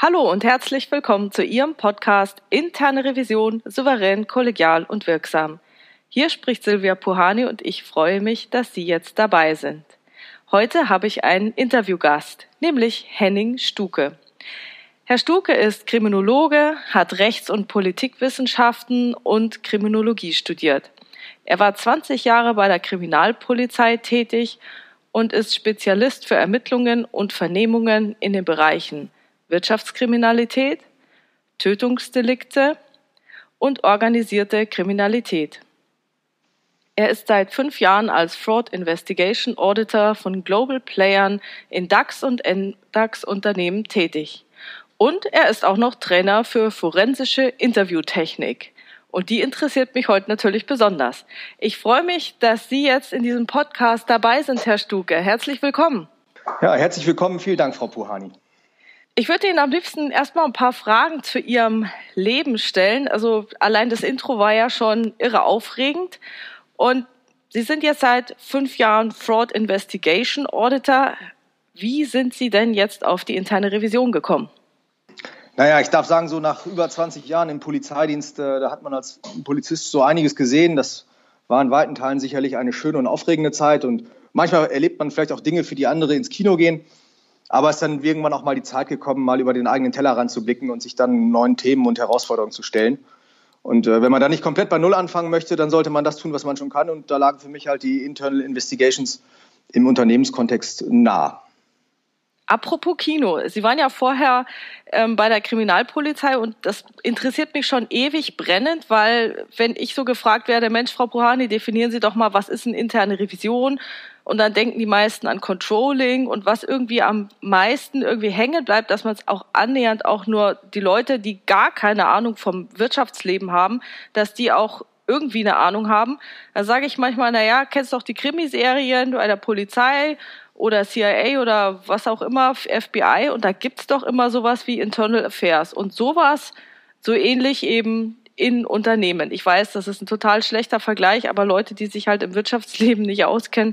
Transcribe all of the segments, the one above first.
Hallo und herzlich willkommen zu Ihrem Podcast Interne Revision, souverän, kollegial und wirksam. Hier spricht Silvia Puhani und ich freue mich, dass Sie jetzt dabei sind. Heute habe ich einen Interviewgast, nämlich Henning Stuke. Herr Stuke ist Kriminologe, hat Rechts- und Politikwissenschaften und Kriminologie studiert. Er war 20 Jahre bei der Kriminalpolizei tätig und ist Spezialist für Ermittlungen und Vernehmungen in den Bereichen Wirtschaftskriminalität, Tötungsdelikte und organisierte Kriminalität. Er ist seit 5 Jahren als Fraud Investigation Auditor von Global Playern in DAX- und NDAX-Unternehmen tätig. Und er ist auch noch Trainer für forensische Interviewtechnik. Und die interessiert mich heute natürlich besonders. Ich freue mich, dass Sie jetzt in diesem Podcast dabei sind, Herr Stuke. Herzlich willkommen. Ja, herzlich willkommen. Vielen Dank, Frau Puhani. Ich würde Ihnen am liebsten erstmal ein paar Fragen zu Ihrem Leben stellen. Also allein das Intro war ja schon irre aufregend. Und Sie sind jetzt seit 5 Jahren Fraud Investigation Auditor. Wie sind Sie denn jetzt auf die interne Revision gekommen? Naja, ich darf sagen, so nach über 20 Jahren im Polizeidienst, da hat man als Polizist so einiges gesehen. Das war in weiten Teilen sicherlich eine schöne und aufregende Zeit. Und manchmal erlebt man vielleicht auch Dinge, für die andere ins Kino gehen. Aber es ist dann irgendwann auch mal die Zeit gekommen, mal über den eigenen Tellerrand zu blicken und sich dann neuen Themen und Herausforderungen zu stellen. Und wenn man da nicht komplett bei Null anfangen möchte, dann sollte man das tun, was man schon kann. Und da lagen für mich halt die Internal Investigations im Unternehmenskontext nah. Apropos Kino, Sie waren ja vorher bei der Kriminalpolizei und das interessiert mich schon ewig brennend, weil wenn ich so gefragt werde, Mensch, Frau Puhani, definieren Sie doch mal, was ist eine interne Revision? Und dann denken die meisten an Controlling und was irgendwie am meisten irgendwie hängen bleibt, dass man es auch annähernd auch nur die Leute, die gar keine Ahnung vom Wirtschaftsleben haben, dass die auch irgendwie eine Ahnung haben. Da sage ich manchmal, naja, kennst doch die Krimiserien bei der Polizei oder CIA oder was auch immer, FBI, und da gibt's doch immer sowas wie Internal Affairs und sowas, so ähnlich eben in Unternehmen. Ich weiß, das ist ein total schlechter Vergleich, aber Leute, die sich halt im Wirtschaftsleben nicht auskennen,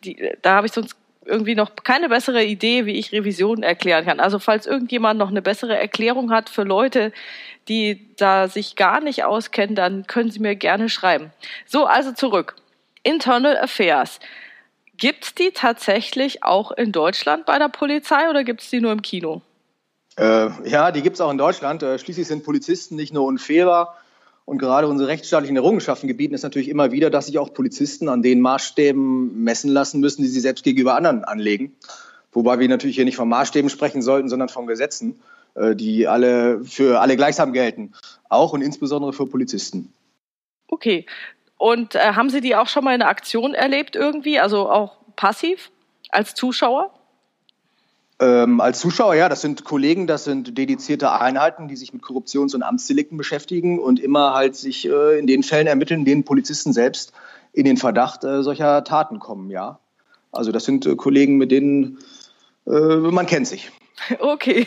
da habe ich sonst irgendwie noch keine bessere Idee, wie ich Revision erklären kann. Also falls irgendjemand noch eine bessere Erklärung hat für Leute, die da sich gar nicht auskennen, dann können Sie mir gerne schreiben. So, also zurück. Internal Affairs. Gibt's die tatsächlich auch in Deutschland bei der Polizei oder gibt's die nur im Kino? Ja, die gibt's auch in Deutschland. Schließlich sind Polizisten nicht nur unfehlbar. Und gerade unsere rechtsstaatlichen Errungenschaften gebieten es natürlich immer wieder, dass sich auch Polizisten an den Maßstäben messen lassen müssen, die sie selbst gegenüber anderen anlegen. Wobei wir natürlich hier nicht von Maßstäben sprechen sollten, sondern von Gesetzen, die alle für alle gleichsam gelten. Auch und insbesondere für Polizisten. Okay. Und haben Sie die auch schon mal in einer Aktion erlebt irgendwie, also auch passiv als Zuschauer? Als Zuschauer, ja, das sind Kollegen, das sind dedizierte Einheiten, die sich mit Korruptions- und Amtsdelikten beschäftigen und immer halt sich in den Fällen ermitteln, in denen Polizisten selbst in den Verdacht solcher Taten kommen, ja. Also das sind Kollegen, mit denen man kennt sich. Okay.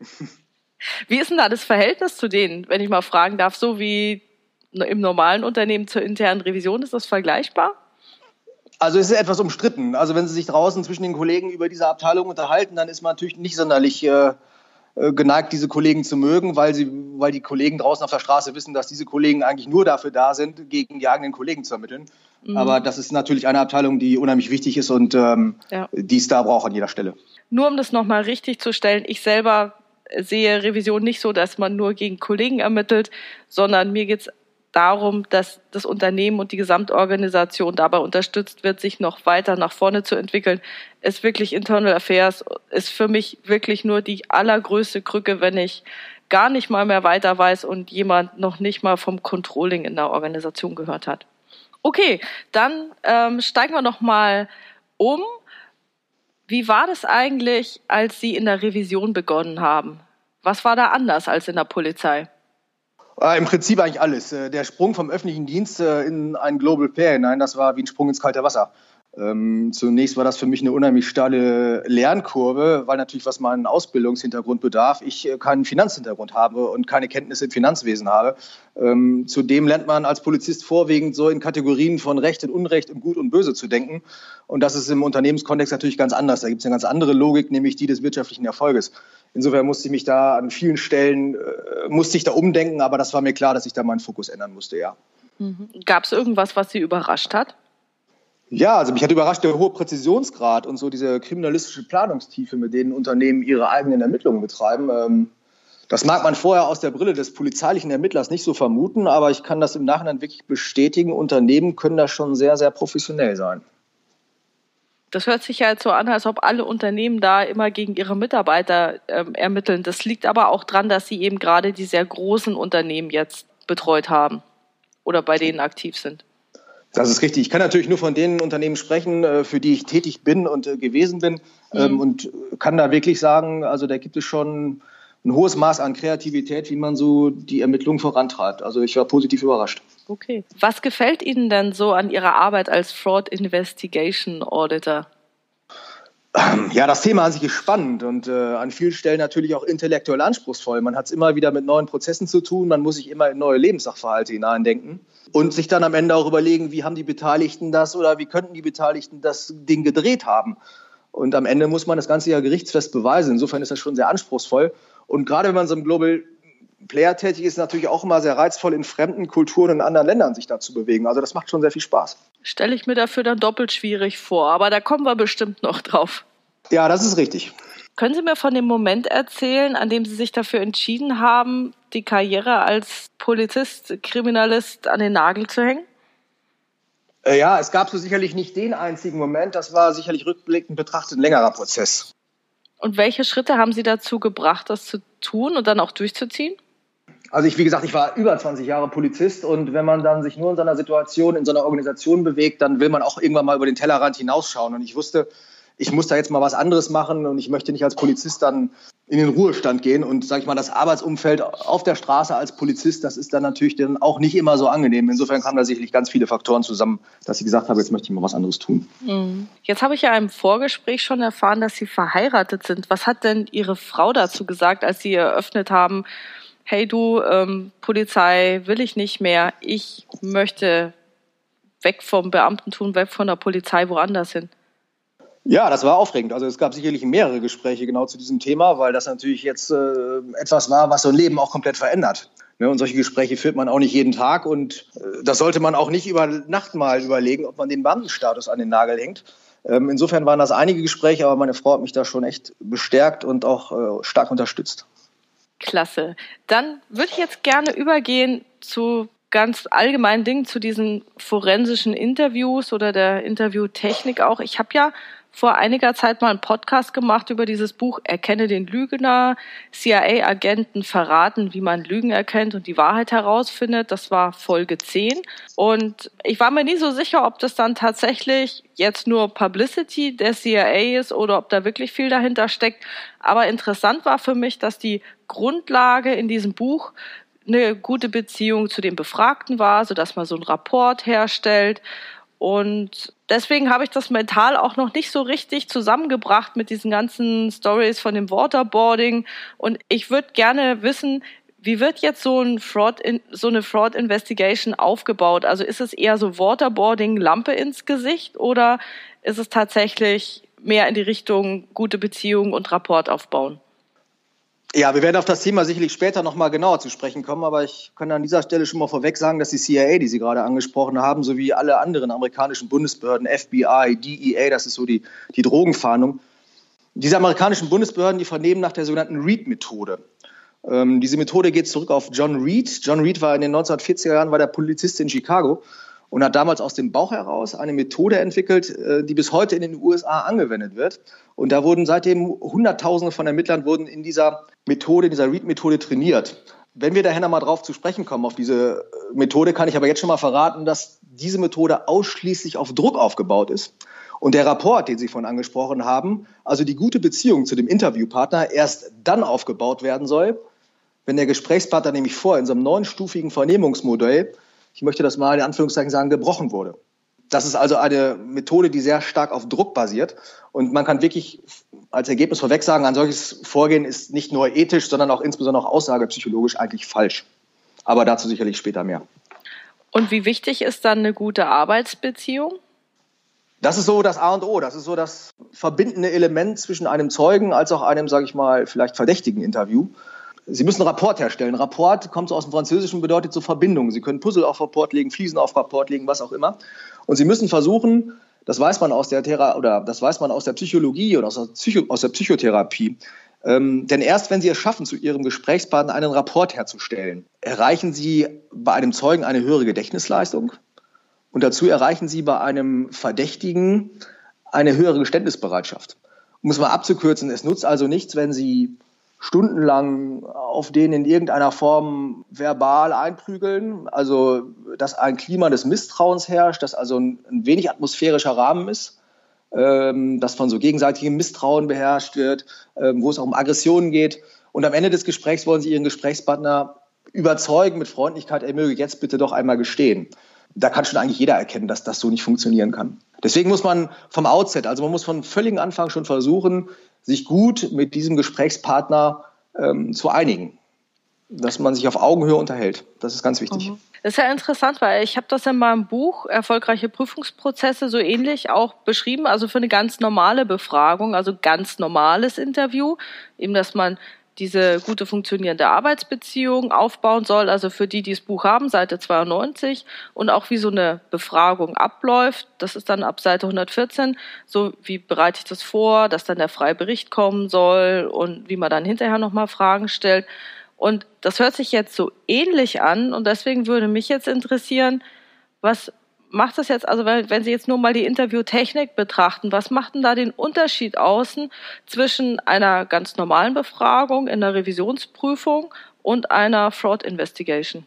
Wie ist denn da das Verhältnis zu denen, wenn ich mal fragen darf, so wie im normalen Unternehmen zur internen Revision, ist das vergleichbar? Also es ist etwas umstritten. Also wenn Sie sich draußen zwischen den Kollegen über diese Abteilung unterhalten, dann ist man natürlich nicht sonderlich geneigt, diese Kollegen zu mögen, weil die Kollegen draußen auf der Straße wissen, dass diese Kollegen eigentlich nur dafür da sind, gegen die eigenen Kollegen zu ermitteln. Mhm. Aber das ist natürlich eine Abteilung, die unheimlich wichtig ist und die es da braucht an jeder Stelle. Nur um das nochmal richtig zu stellen, ich selber sehe Revision nicht so, dass man nur gegen Kollegen ermittelt, sondern mir geht es darum, dass das Unternehmen und die Gesamtorganisation dabei unterstützt wird, sich noch weiter nach vorne zu entwickeln. Ist wirklich Internal Affairs, ist für mich wirklich nur die allergrößte Krücke, wenn ich gar nicht mal mehr weiter weiß und jemand noch nicht mal vom Controlling in der Organisation gehört hat. Okay, dann steigen wir noch mal um. Wie war das eigentlich, als Sie in der Revision begonnen haben? Was war da anders als in der Polizei? Im Prinzip eigentlich alles. Der Sprung vom öffentlichen Dienst in einen Global Player hinein, das war wie ein Sprung ins kalte Wasser. Zunächst war das für mich eine unheimlich steile Lernkurve, weil natürlich, was meinen Ausbildungshintergrund bedarf, ich keinen Finanzhintergrund habe und keine Kenntnisse im Finanzwesen habe. Zudem lernt man als Polizist vorwiegend so in Kategorien von Recht und Unrecht und Gut und Böse zu denken. Und das ist im Unternehmenskontext natürlich ganz anders. Da gibt es eine ganz andere Logik, nämlich die des wirtschaftlichen Erfolges. Insofern musste ich mich da an vielen Stellen, umdenken, aber das war mir klar, dass ich da meinen Fokus ändern musste, ja. Gab es irgendwas, was Sie überrascht hat? Ja, also mich hat überrascht der hohe Präzisionsgrad und so diese kriminalistische Planungstiefe, mit denen Unternehmen ihre eigenen Ermittlungen betreiben. Das mag man vorher aus der Brille des polizeilichen Ermittlers nicht so vermuten, aber ich kann das im Nachhinein wirklich bestätigen. Unternehmen können da schon sehr, sehr professionell sein. Das hört sich ja jetzt so an, als ob alle Unternehmen da immer gegen ihre Mitarbeiter ermitteln. Das liegt aber auch daran, dass sie eben gerade die sehr großen Unternehmen jetzt betreut haben oder bei denen aktiv sind. Das ist richtig. Ich kann natürlich nur von den Unternehmen sprechen, für die ich tätig bin und gewesen bin. Und kann da wirklich sagen, also da gibt es schon ein hohes Maß an Kreativität, wie man so die Ermittlungen vorantreibt. Also ich war positiv überrascht. Okay. Was gefällt Ihnen denn so an Ihrer Arbeit als Fraud Investigation Auditor? Ja, das Thema an sich ist spannend und an vielen Stellen natürlich auch intellektuell anspruchsvoll. Man hat es immer wieder mit neuen Prozessen zu tun, man muss sich immer in neue Lebenssachverhalte hineindenken und sich dann am Ende auch überlegen, wie haben die Beteiligten das oder wie könnten die Beteiligten das Ding gedreht haben. Und am Ende muss man das Ganze ja gerichtsfest beweisen. Insofern ist das schon sehr anspruchsvoll. Und gerade wenn man so im Global Player tätig ist, natürlich auch immer sehr reizvoll, in fremden Kulturen und anderen Ländern sich da zu bewegen. Also das macht schon sehr viel Spaß. Stelle ich mir dafür dann doppelt schwierig vor, aber da kommen wir bestimmt noch drauf. Ja, das ist richtig. Können Sie mir von dem Moment erzählen, an dem Sie sich dafür entschieden haben, die Karriere als Polizist, Kriminalist an den Nagel zu hängen? Ja, es gab so sicherlich nicht den einzigen Moment. Das war sicherlich rückblickend betrachtet ein längerer Prozess. Und welche Schritte haben Sie dazu gebracht, das zu tun und dann auch durchzuziehen? Also wie gesagt, ich war über 20 Jahre Polizist und wenn man dann sich nur in so einer Situation, in so einer Organisation bewegt, dann will man auch irgendwann mal über den Tellerrand hinausschauen. Und ich wusste, ich muss da jetzt mal was anderes machen und ich möchte nicht als Polizist dann in den Ruhestand gehen. Und sage ich mal, das Arbeitsumfeld auf der Straße als Polizist, das ist dann natürlich dann auch nicht immer so angenehm. Insofern kamen da sicherlich ganz viele Faktoren zusammen, dass ich gesagt habe, jetzt möchte ich mal was anderes tun. Jetzt habe ich ja im Vorgespräch schon erfahren, dass Sie verheiratet sind. Was hat denn Ihre Frau dazu gesagt, als Sie eröffnet haben, hey du, Polizei will ich nicht mehr, ich möchte weg vom Beamtentum, weg von der Polizei, woanders hin? Ja, das war aufregend. Also es gab sicherlich mehrere Gespräche genau zu diesem Thema, weil das natürlich jetzt etwas war, was so ein Leben auch komplett verändert. Ne? Und solche Gespräche führt man auch nicht jeden Tag und das sollte man auch nicht über Nacht mal überlegen, ob man den Beamtenstatus an den Nagel hängt. Insofern waren das einige Gespräche, aber meine Frau hat mich da schon echt bestärkt und auch stark unterstützt. Klasse. Dann würde ich jetzt gerne übergehen zu ganz allgemeinen Dingen, zu diesen forensischen Interviews oder der Interviewtechnik auch. Ich habe ja vor einiger Zeit mal einen Podcast gemacht über dieses Buch Erkenne den Lügner, CIA-Agenten verraten, wie man Lügen erkennt und die Wahrheit herausfindet. Das war Folge 10. Und ich war mir nie so sicher, ob das dann tatsächlich jetzt nur Publicity der CIA ist oder ob da wirklich viel dahinter steckt. Aber interessant war für mich, dass die Grundlage in diesem Buch eine gute Beziehung zu den Befragten war, sodass man so einen Rapport herstellt. Und deswegen habe ich das mental auch noch nicht so richtig zusammengebracht mit diesen ganzen Stories von dem Waterboarding. Und ich würde gerne wissen, wie wird jetzt so eine Fraud Investigation aufgebaut? Also ist es eher so Waterboarding, Lampe ins Gesicht oder ist es tatsächlich mehr in die Richtung gute Beziehung und Rapport aufbauen? Ja, wir werden auf das Thema sicherlich später noch mal genauer zu sprechen kommen, aber ich kann an dieser Stelle schon mal vorweg sagen, dass die CIA, die Sie gerade angesprochen haben, sowie alle anderen amerikanischen Bundesbehörden, FBI, DEA, das ist so die Drogenfahndung, diese amerikanischen Bundesbehörden, die vernehmen nach der sogenannten Reid-Methode. Diese Methode geht zurück auf John Reid. John Reid war in den 1940er Jahren der Polizist in Chicago und hat damals aus dem Bauch heraus eine Methode entwickelt, die bis heute in den USA angewendet wird. Und da wurden seitdem Hunderttausende von Ermittlern in dieser Methode, in dieser Reid-Methode trainiert. Wenn wir daher noch mal drauf zu sprechen kommen, auf diese Methode, kann ich aber jetzt schon mal verraten, dass diese Methode ausschließlich auf Druck aufgebaut ist. Und der Rapport, den Sie vorhin angesprochen haben, also die gute Beziehung zu dem Interviewpartner, erst dann aufgebaut werden soll, wenn der Gesprächspartner nämlich in so einem 9-stufigen Vernehmungsmodell, ich möchte das mal in Anführungszeichen sagen, gebrochen wurde. Das ist also eine Methode, die sehr stark auf Druck basiert. Und man kann wirklich als Ergebnis vorweg sagen, ein solches Vorgehen ist nicht nur ethisch, sondern auch insbesondere auch aussagepsychologisch eigentlich falsch. Aber dazu sicherlich später mehr. Und wie wichtig ist dann eine gute Arbeitsbeziehung? Das ist so das A und O, das ist so das verbindende Element zwischen einem Zeugen als auch einem, sage ich mal, vielleicht verdächtigen Interview. Sie müssen einen Rapport herstellen. Rapport kommt so aus dem Französischen, bedeutet so Verbindung. Sie können Puzzle auf Rapport legen, Fliesen auf Rapport legen, was auch immer. Und Sie müssen versuchen, das weiß man aus der Psychologie oder aus der Psychotherapie, denn erst wenn Sie es schaffen, zu Ihrem Gesprächspartner einen Rapport herzustellen, erreichen Sie bei einem Zeugen eine höhere Gedächtnisleistung und dazu erreichen Sie bei einem Verdächtigen eine höhere Geständnisbereitschaft. Um es mal abzukürzen, es nutzt also nichts, wenn Sie stundenlang auf den in irgendeiner Form verbal einprügeln, also dass ein Klima des Misstrauens herrscht, dass also ein wenig atmosphärischer Rahmen ist, das von so gegenseitigem Misstrauen beherrscht wird, wo es auch um Aggressionen geht. Und am Ende des Gesprächs wollen Sie Ihren Gesprächspartner überzeugen mit Freundlichkeit, er möge jetzt bitte doch einmal gestehen. Da kann schon eigentlich jeder erkennen, dass das so nicht funktionieren kann. Deswegen muss man vom Outset, also man muss von völligen Anfang schon versuchen, sich gut mit diesem Gesprächspartner zu einigen, dass man sich auf Augenhöhe unterhält. Das ist ganz wichtig. Das ist ja interessant, weil ich habe das in meinem Buch Erfolgreiche Prüfungsprozesse so ähnlich auch beschrieben, also für eine ganz normale Befragung, also ganz normales Interview, eben dass man diese gute funktionierende Arbeitsbeziehung aufbauen soll, also für die das Buch haben, Seite 92, und auch wie so eine Befragung abläuft, das ist dann ab Seite 114, so wie bereite ich das vor, dass dann der freie Bericht kommen soll und wie man dann hinterher nochmal Fragen stellt. Und das hört sich jetzt so ähnlich an und deswegen würde mich jetzt interessieren, was macht das jetzt, also wenn Sie jetzt nur mal die Interviewtechnik betrachten, was macht denn da den Unterschied zwischen einer ganz normalen Befragung in der Revisionsprüfung und einer Fraud Investigation?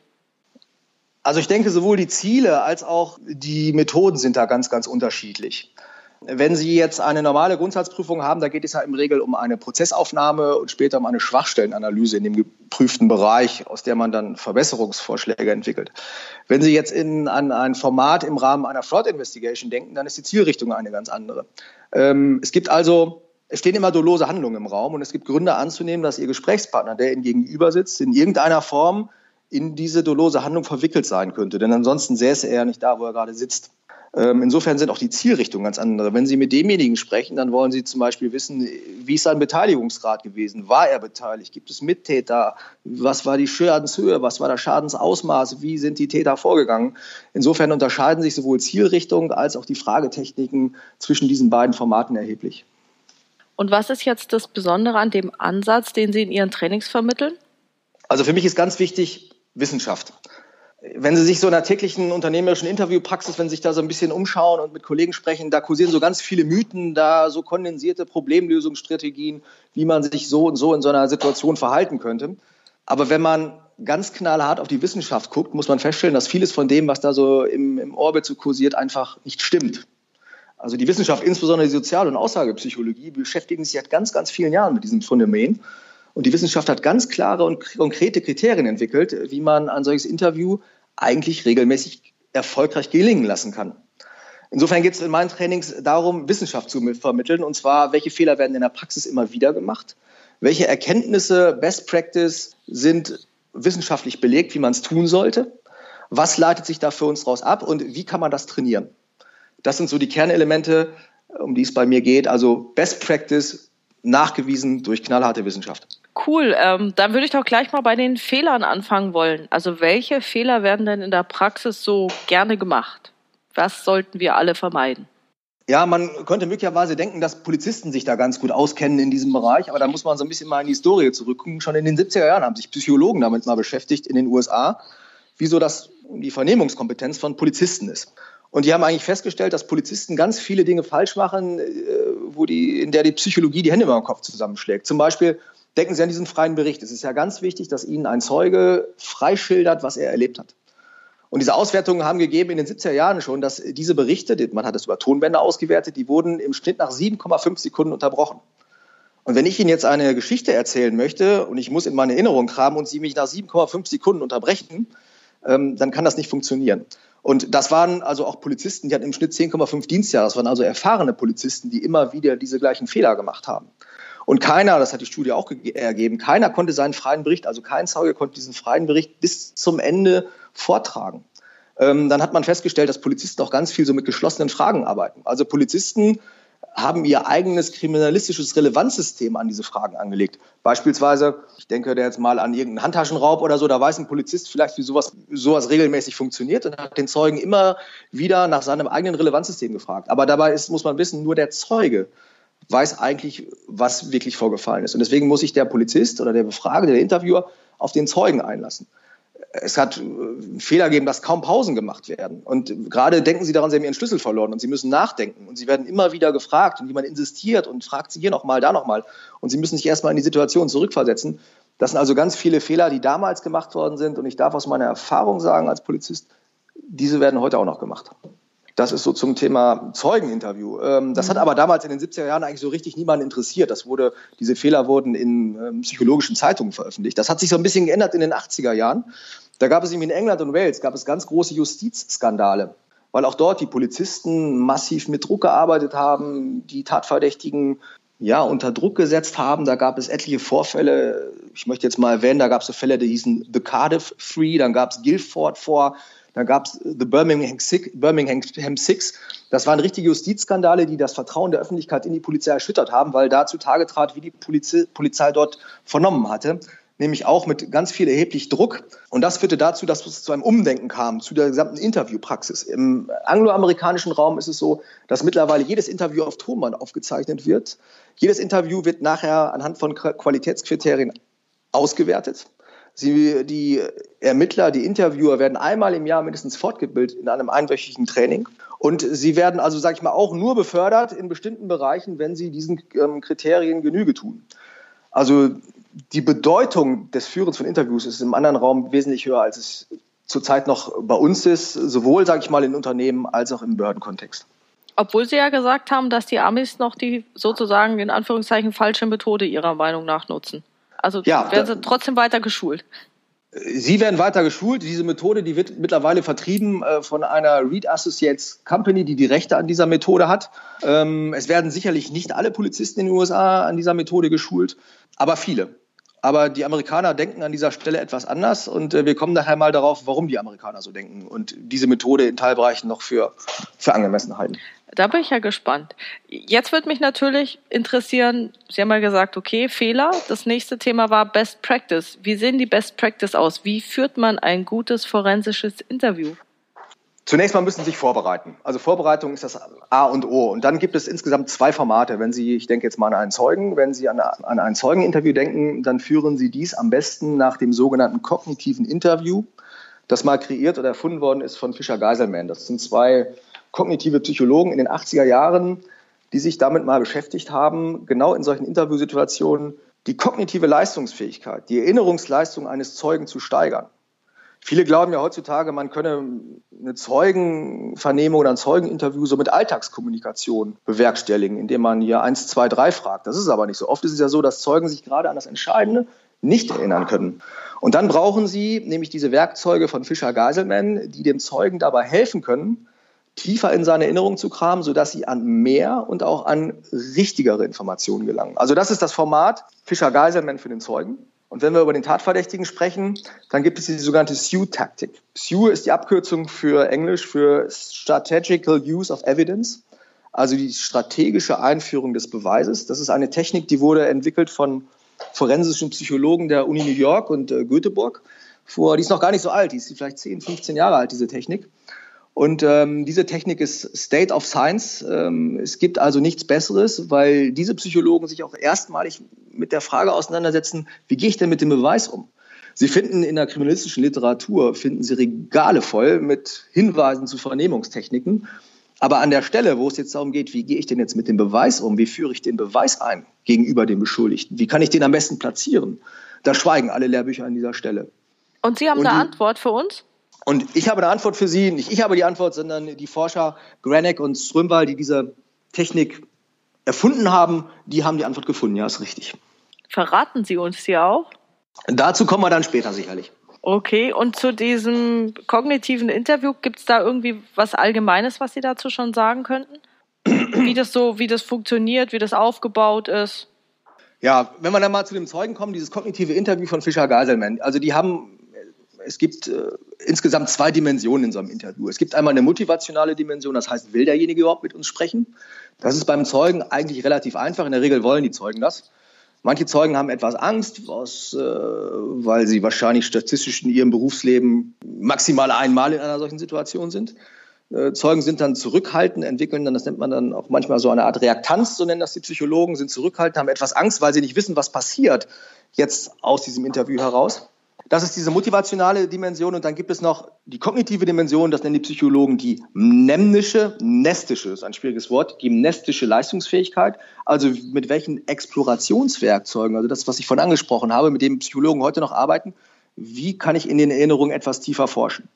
Also ich denke, sowohl die Ziele als auch die Methoden sind da ganz, ganz unterschiedlich. Wenn Sie jetzt eine normale Grundsatzprüfung haben, da geht es ja im Regel um eine Prozessaufnahme und später um eine Schwachstellenanalyse in dem geprüften Bereich, aus der man dann Verbesserungsvorschläge entwickelt. Wenn Sie jetzt an ein Format im Rahmen einer Fraud Investigation denken, dann ist die Zielrichtung eine ganz andere. Es stehen immer dolose Handlungen im Raum und es gibt Gründe anzunehmen, dass Ihr Gesprächspartner, der Ihnen gegenüber sitzt, in irgendeiner Form in diese dolose Handlung verwickelt sein könnte. Denn ansonsten säße er nicht da, wo er gerade sitzt. Insofern sind auch die Zielrichtungen ganz andere. Wenn Sie mit demjenigen sprechen, dann wollen Sie zum Beispiel wissen, wie ist sein Beteiligungsgrad gewesen? War er beteiligt? Gibt es Mittäter? Was war die Schadenshöhe? Was war das Schadensausmaß? Wie sind die Täter vorgegangen? Insofern unterscheiden sich sowohl Zielrichtung als auch die Fragetechniken zwischen diesen beiden Formaten erheblich. Und was ist jetzt das Besondere an dem Ansatz, den Sie in Ihren Trainings vermitteln? Also für mich ist ganz wichtig Wissenschaft. Wenn Sie sich so in der täglichen unternehmerischen Interviewpraxis, wenn Sie sich da so ein bisschen umschauen und mit Kollegen sprechen, da kursieren so ganz viele Mythen, da so kondensierte Problemlösungsstrategien, wie man sich so und so in so einer Situation verhalten könnte. Aber wenn man ganz knallhart auf die Wissenschaft guckt, muss man feststellen, dass vieles von dem, was da so im Orbit so kursiert, einfach nicht stimmt. Also die Wissenschaft, insbesondere die Sozial- und Aussagepsychologie, beschäftigen sich seit ganz, ganz vielen Jahren mit diesem Phänomen. Und die Wissenschaft hat ganz klare und konkrete Kriterien entwickelt, wie man ein solches Interview eigentlich regelmäßig erfolgreich gelingen lassen kann. Insofern geht es in meinen Trainings darum, Wissenschaft zu vermitteln, und zwar, welche Fehler werden in der Praxis immer wieder gemacht, welche Erkenntnisse, Best Practice sind wissenschaftlich belegt, wie man es tun sollte, was leitet sich da für uns daraus ab und wie kann man das trainieren. Das sind so die Kernelemente, um die es bei mir geht, also Best Practice, nachgewiesen durch knallharte Wissenschaft. Cool, dann würde ich doch gleich mal bei den Fehlern anfangen wollen. Also welche Fehler werden denn in der Praxis so gerne gemacht? Was sollten wir alle vermeiden? Ja, man könnte möglicherweise denken, dass Polizisten sich da ganz gut auskennen in diesem Bereich, aber da muss man so ein bisschen mal in die Historie zurückgucken. Schon in den 70er Jahren haben sich Psychologen damit mal beschäftigt in den USA, wieso das die Vernehmungskompetenz von Polizisten ist. Und die haben eigentlich festgestellt, dass Polizisten ganz viele Dinge falsch machen, in der die Psychologie die Hände über den Kopf zusammenschlägt. Zum Beispiel denken Sie an diesen freien Bericht. Es ist ja ganz wichtig, dass Ihnen ein Zeuge freischildert, was er erlebt hat. Und diese Auswertungen haben gegeben in den 70er Jahren schon, dass diese Berichte, man hat das über Tonbänder ausgewertet, die wurden im Schnitt nach 7,5 Sekunden unterbrochen. Und wenn ich Ihnen jetzt eine Geschichte erzählen möchte und ich muss in meine Erinnerung kramen und Sie mich nach 7,5 Sekunden unterbrechen, dann kann das nicht funktionieren. Und das waren also auch Polizisten, die hatten im Schnitt 10,5 Dienstjahre. Das waren also erfahrene Polizisten, die immer wieder diese gleichen Fehler gemacht haben. Und keiner, das hat die Studie auch ergeben, keiner konnte seinen freien Bericht, also kein Zeuge konnte diesen freien Bericht bis zum Ende vortragen. dann hat man festgestellt, dass Polizisten auch ganz viel so mit geschlossenen Fragen arbeiten. Also Polizisten haben ihr eigenes kriminalistisches Relevanzsystem an diese Fragen angelegt. Beispielsweise, ich denke da jetzt mal an irgendeinen Handtaschenraub oder so, da weiß ein Polizist vielleicht, wie sowas regelmäßig funktioniert und hat den Zeugen immer wieder nach seinem eigenen Relevanzsystem gefragt. Aber dabei muss man wissen, nur der Zeuge weiß eigentlich, was wirklich vorgefallen ist. Und deswegen muss sich der Polizist oder der Befragende, der Interviewer auf den Zeugen einlassen. Es hat Fehler gegeben, dass kaum Pausen gemacht werden. Und gerade denken Sie daran, Sie haben Ihren Schlüssel verloren und Sie müssen nachdenken. Und Sie werden immer wieder gefragt und jemand insistiert und fragt Sie hier nochmal, da nochmal. Und Sie müssen sich erstmal in die Situation zurückversetzen. Das sind also ganz viele Fehler, die damals gemacht worden sind. Und ich darf aus meiner Erfahrung sagen als Polizist, diese werden heute auch noch gemacht. Das ist so zum Thema Zeugeninterview. Das hat aber damals in den 70er Jahren eigentlich so richtig niemanden interessiert. Diese Fehler wurden in psychologischen Zeitungen veröffentlicht. Das hat sich so ein bisschen geändert in den 80er Jahren. Da gab es in England und Wales ganz große Justizskandale, weil auch dort die Polizisten massiv mit Druck gearbeitet haben, die Tatverdächtigen unter Druck gesetzt haben. Da gab es etliche Vorfälle. Ich möchte jetzt mal erwähnen, da gab es so Fälle, die hießen The Cardiff Three, dann gab es Guildford Four. Dann gab es The Birmingham Six. Das waren richtige Justizskandale, die das Vertrauen der Öffentlichkeit in die Polizei erschüttert haben, weil da zutage trat, wie die Polizei dort vernommen hatte, nämlich auch mit ganz viel erheblich Druck. Und das führte dazu, dass es zu einem Umdenken kam, zu der gesamten Interviewpraxis. Im angloamerikanischen Raum ist es so, dass mittlerweile jedes Interview auf Tonband aufgezeichnet wird. Jedes Interview wird nachher anhand von Qualitätskriterien ausgewertet. Die Ermittler, die Interviewer werden einmal im Jahr mindestens fortgebildet in einem einwöchigen Training. Und sie werden also, sage ich mal, auch nur befördert in bestimmten Bereichen, wenn sie diesen Kriterien Genüge tun. Also die Bedeutung des Führens von Interviews ist im anderen Raum wesentlich höher, als es zurzeit noch bei uns ist, sowohl, sage ich mal, in Unternehmen als auch im Behördenkontext. Obwohl Sie ja gesagt haben, dass die Amis noch die sozusagen in Anführungszeichen falsche Methode Ihrer Meinung nach nutzen. Also werden sie trotzdem weiter geschult? Sie werden weiter geschult. Diese Methode, die wird mittlerweile vertrieben von einer Reed Associates Company, die Rechte an dieser Methode hat. Es werden sicherlich nicht alle Polizisten in den USA an dieser Methode geschult, aber viele. Aber die Amerikaner denken an dieser Stelle etwas anders und wir kommen nachher mal darauf, warum die Amerikaner so denken und diese Methode in Teilbereichen noch für angemessen halten. Da bin ich ja gespannt. Jetzt würde mich natürlich interessieren, Sie haben ja gesagt, okay, Fehler. Das nächste Thema war Best Practice. Wie sehen die Best Practice aus? Wie führt man ein gutes forensisches Interview? Zunächst mal müssen Sie sich vorbereiten. Also Vorbereitung ist das A und O. Und dann gibt es insgesamt 2 Formate. Ich denke jetzt mal an einen Zeugen, wenn Sie an ein Zeugeninterview denken, dann führen Sie dies am besten nach dem sogenannten kognitiven Interview, das mal kreiert oder erfunden worden ist von Fischer-Geiselman. Das sind 2 kognitive Psychologen in den 80er Jahren, die sich damit mal beschäftigt haben, genau in solchen Interviewsituationen die kognitive Leistungsfähigkeit, die Erinnerungsleistung eines Zeugen zu steigern. Viele glauben ja heutzutage, man könne eine Zeugenvernehmung oder ein Zeugeninterview so mit Alltagskommunikation bewerkstelligen, indem man hier 1, 2, 3 fragt. Das ist aber nicht so. Oft ist es ja so, dass Zeugen sich gerade an das Entscheidende nicht erinnern können. Und dann brauchen sie nämlich diese Werkzeuge von Fischer-Geiselman, die dem Zeugen dabei helfen können, tiefer in seine Erinnerung zu kramen, sodass sie an mehr und auch an richtigere Informationen gelangen. Also das ist das Format Fischer-Geiselman für den Zeugen. Und wenn wir über den Tatverdächtigen sprechen, dann gibt es die sogenannte SUE-Taktik. SUE ist die Abkürzung für Englisch für Strategical Use of Evidence, also die strategische Einführung des Beweises. Das ist eine Technik, die wurde entwickelt von forensischen Psychologen der Uni New York und Göteborg. Die ist noch gar nicht so alt, die ist vielleicht 10, 15 Jahre alt, diese Technik. Und diese Technik ist State of Science. Es gibt also nichts Besseres, weil diese Psychologen sich auch erstmalig mit der Frage auseinandersetzen, wie gehe ich denn mit dem Beweis um? Sie finden in der kriminalistischen Literatur, Sie Regale voll mit Hinweisen zu Vernehmungstechniken. Aber an der Stelle, wo es jetzt darum geht, wie gehe ich denn jetzt mit dem Beweis um? Wie führe ich den Beweis ein gegenüber dem Beschuldigten? Wie kann ich den am besten platzieren? Da schweigen alle Lehrbücher an dieser Stelle. Und Sie haben eine Antwort für uns? Und ich habe eine Antwort für Sie. Nicht ich habe die Antwort, sondern die Forscher Granek und Strömwall, die diese Technik erfunden haben, die haben die Antwort gefunden. Ja, ist richtig. Verraten Sie uns die auch? Dazu kommen wir dann später sicherlich. Okay, und zu diesem kognitiven Interview, gibt es da irgendwie was Allgemeines, was Sie dazu schon sagen könnten? Wie das funktioniert, wie das aufgebaut ist? Ja, wenn wir dann mal zu dem Zeugen kommen, dieses kognitive Interview von Fischer-Geiselman. Also die haben Es gibt insgesamt 2 Dimensionen in so einem Interview. Es gibt einmal eine motivationale Dimension, das heißt, will derjenige überhaupt mit uns sprechen? Das ist beim Zeugen eigentlich relativ einfach. In der Regel wollen die Zeugen das. Manche Zeugen haben etwas Angst, weil sie wahrscheinlich statistisch in ihrem Berufsleben maximal einmal in einer solchen Situation sind. Zeugen sind dann zurückhaltend, entwickeln dann, das nennt man dann auch manchmal so eine Art Reaktanz, so nennen das die Psychologen, sind zurückhaltend, haben etwas Angst, weil sie nicht wissen, was passiert jetzt aus diesem Interview heraus. Das ist diese motivationale Dimension und dann gibt es noch die kognitive Dimension, das nennen die Psychologen die nestische, ist ein schwieriges Wort, die mnestische Leistungsfähigkeit, also mit welchen Explorationswerkzeugen, also das, was ich vorhin angesprochen habe, mit dem Psychologen heute noch arbeiten, wie kann ich in den Erinnerungen etwas tiefer forschen.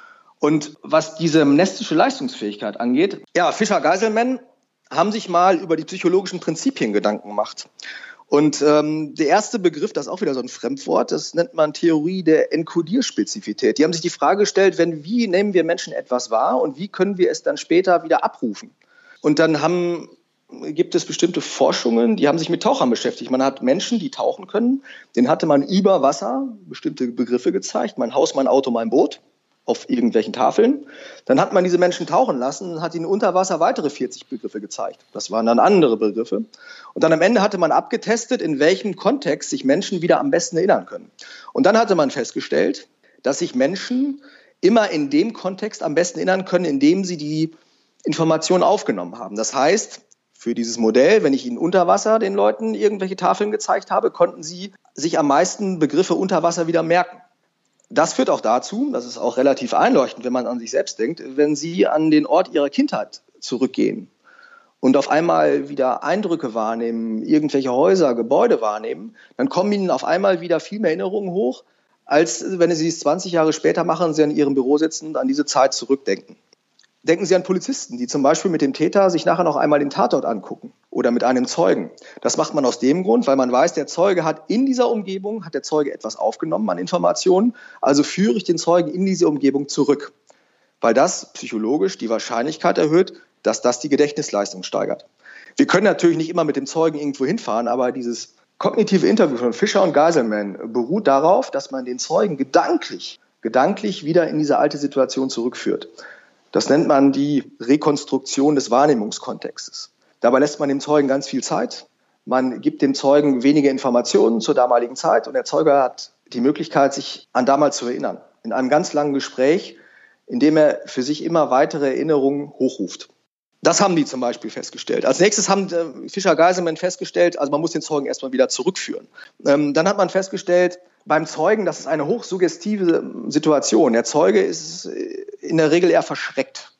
Und was diese mnestische Leistungsfähigkeit angeht, ja, Fischer-Geiselman haben sich mal über die psychologischen Prinzipien Gedanken gemacht. Und der erste Begriff, das ist auch wieder so ein Fremdwort, das nennt man Theorie der Enkodierspezifität. Die haben sich die Frage gestellt, wie nehmen wir Menschen etwas wahr und wie können wir es dann später wieder abrufen? Und dann gibt es bestimmte Forschungen, die haben sich mit Tauchern beschäftigt. Man hat Menschen, die tauchen können, denen hatte man über Wasser bestimmte Begriffe gezeigt, mein Haus, mein Auto, mein Boot, auf irgendwelchen Tafeln. Dann hat man diese Menschen tauchen lassen und hat ihnen unter Wasser weitere 40 Begriffe gezeigt. Das waren dann andere Begriffe. Und dann am Ende hatte man abgetestet, in welchem Kontext sich Menschen wieder am besten erinnern können. Und dann hatte man festgestellt, dass sich Menschen immer in dem Kontext am besten erinnern können, in dem sie die Informationen aufgenommen haben. Das heißt, für dieses Modell, wenn ich ihnen unter Wasser den Leuten irgendwelche Tafeln gezeigt habe, konnten sie sich am meisten Begriffe unter Wasser wieder merken. Das führt auch dazu, das ist auch relativ einleuchtend, wenn man an sich selbst denkt, wenn Sie an den Ort Ihrer Kindheit zurückgehen und auf einmal wieder Eindrücke wahrnehmen, irgendwelche Häuser, Gebäude wahrnehmen, dann kommen Ihnen auf einmal wieder viel mehr Erinnerungen hoch, als wenn Sie es 20 Jahre später machen und Sie in Ihrem Büro sitzen und an diese Zeit zurückdenken. Denken Sie an Polizisten, die zum Beispiel mit dem Täter sich nachher noch einmal den Tatort angucken oder mit einem Zeugen. Das macht man aus dem Grund, weil man weiß, der Zeuge hat in dieser Umgebung, hat der Zeuge etwas aufgenommen an Informationen, also führe ich den Zeugen in diese Umgebung zurück, weil das psychologisch die Wahrscheinlichkeit erhöht, dass das die Gedächtnisleistung steigert. Wir können natürlich nicht immer mit dem Zeugen irgendwo hinfahren, aber dieses kognitive Interview von Fischer und Geiselman beruht darauf, dass man den Zeugen gedanklich wieder in diese alte Situation zurückführt. Das nennt man die Rekonstruktion des Wahrnehmungskontextes. Dabei lässt man dem Zeugen ganz viel Zeit. Man gibt dem Zeugen wenige Informationen zur damaligen Zeit und der Zeuge hat die Möglichkeit, sich an damals zu erinnern. In einem ganz langen Gespräch, in dem er für sich immer weitere Erinnerungen hochruft. Das haben die zum Beispiel festgestellt. Als nächstes haben Fischer-Geiselman festgestellt, also man muss den Zeugen erstmal wieder zurückführen. Dann hat man festgestellt, beim Zeugen, das ist eine hochsuggestive Situation. Der Zeuge ist in der Regel eher verschreckt.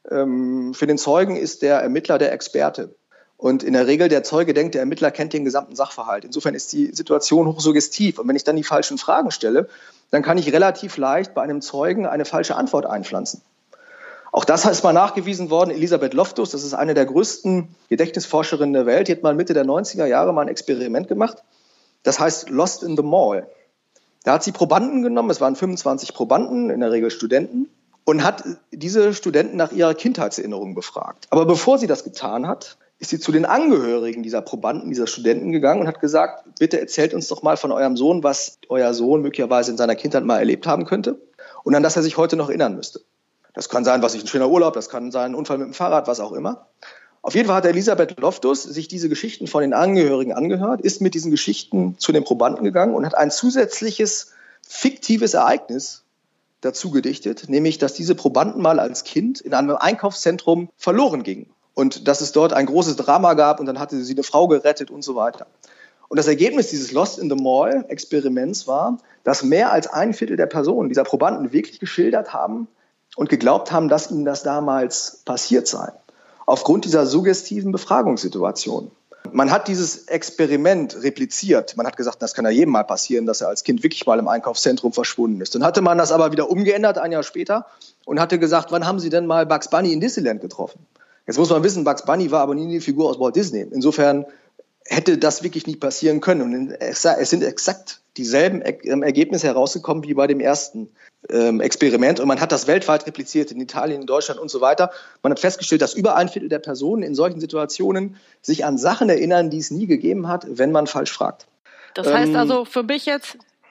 Für den Zeugen ist der Ermittler der Experte. Und in der Regel der Zeuge denkt, der Ermittler kennt den gesamten Sachverhalt. Insofern ist die Situation hochsuggestiv. Und wenn ich dann die falschen Fragen stelle, dann kann ich relativ leicht bei einem Zeugen eine falsche Antwort einpflanzen. Auch das ist mal nachgewiesen worden. Elisabeth Loftus, das ist eine der größten Gedächtnisforscherinnen der Welt, die hat mal Mitte der 90er Jahre mal ein Experiment gemacht. Das heißt Lost in the Mall. Da hat sie Probanden genommen, es waren 25 Probanden, in der Regel Studenten, und hat diese Studenten nach ihrer Kindheitserinnerung befragt. Aber bevor sie das getan hat, ist sie zu den Angehörigen dieser Probanden, dieser Studenten gegangen und hat gesagt, bitte erzählt uns doch mal von eurem Sohn, was euer Sohn möglicherweise in seiner Kindheit mal erlebt haben könnte und an das er sich heute noch erinnern müsste. Das kann sein, was ich ein schöner Urlaub, das kann sein, ein Unfall mit dem Fahrrad, was auch immer. Auf jeden Fall hat Elisabeth Loftus sich diese Geschichten von den Angehörigen angehört, ist mit diesen Geschichten zu den Probanden gegangen und hat ein zusätzliches fiktives Ereignis dazu gedichtet, nämlich, dass diese Probanden mal als Kind in einem Einkaufszentrum verloren gingen und dass es dort ein großes Drama gab und dann hatte sie eine Frau gerettet und so weiter. Und das Ergebnis dieses Lost in the Mall-Experiments war, dass mehr als 1/4 der Personen, dieser Probanden, wirklich geschildert haben und geglaubt haben, dass ihnen das damals passiert sei. Aufgrund dieser suggestiven Befragungssituation. Man hat dieses Experiment repliziert. Man hat gesagt, das kann ja jedem mal passieren, dass er als Kind wirklich mal im Einkaufszentrum verschwunden ist. Dann hatte man das aber wieder umgeändert, ein Jahr später, und hatte gesagt, wann haben Sie denn mal Bugs Bunny in Disneyland getroffen? Jetzt muss man wissen, Bugs Bunny war aber nie eine Figur aus Walt Disney. Insofern hätte das wirklich nicht passieren können. Und es sind exakt dieselben Ergebnisse herausgekommen wie bei dem ersten Experiment. Und man hat das weltweit repliziert, in Italien, in Deutschland und so weiter. Man hat festgestellt, dass über 1/4 der Personen in solchen Situationen sich an Sachen erinnern, die es nie gegeben hat, wenn man falsch fragt. Das heißt also für mich jetzt,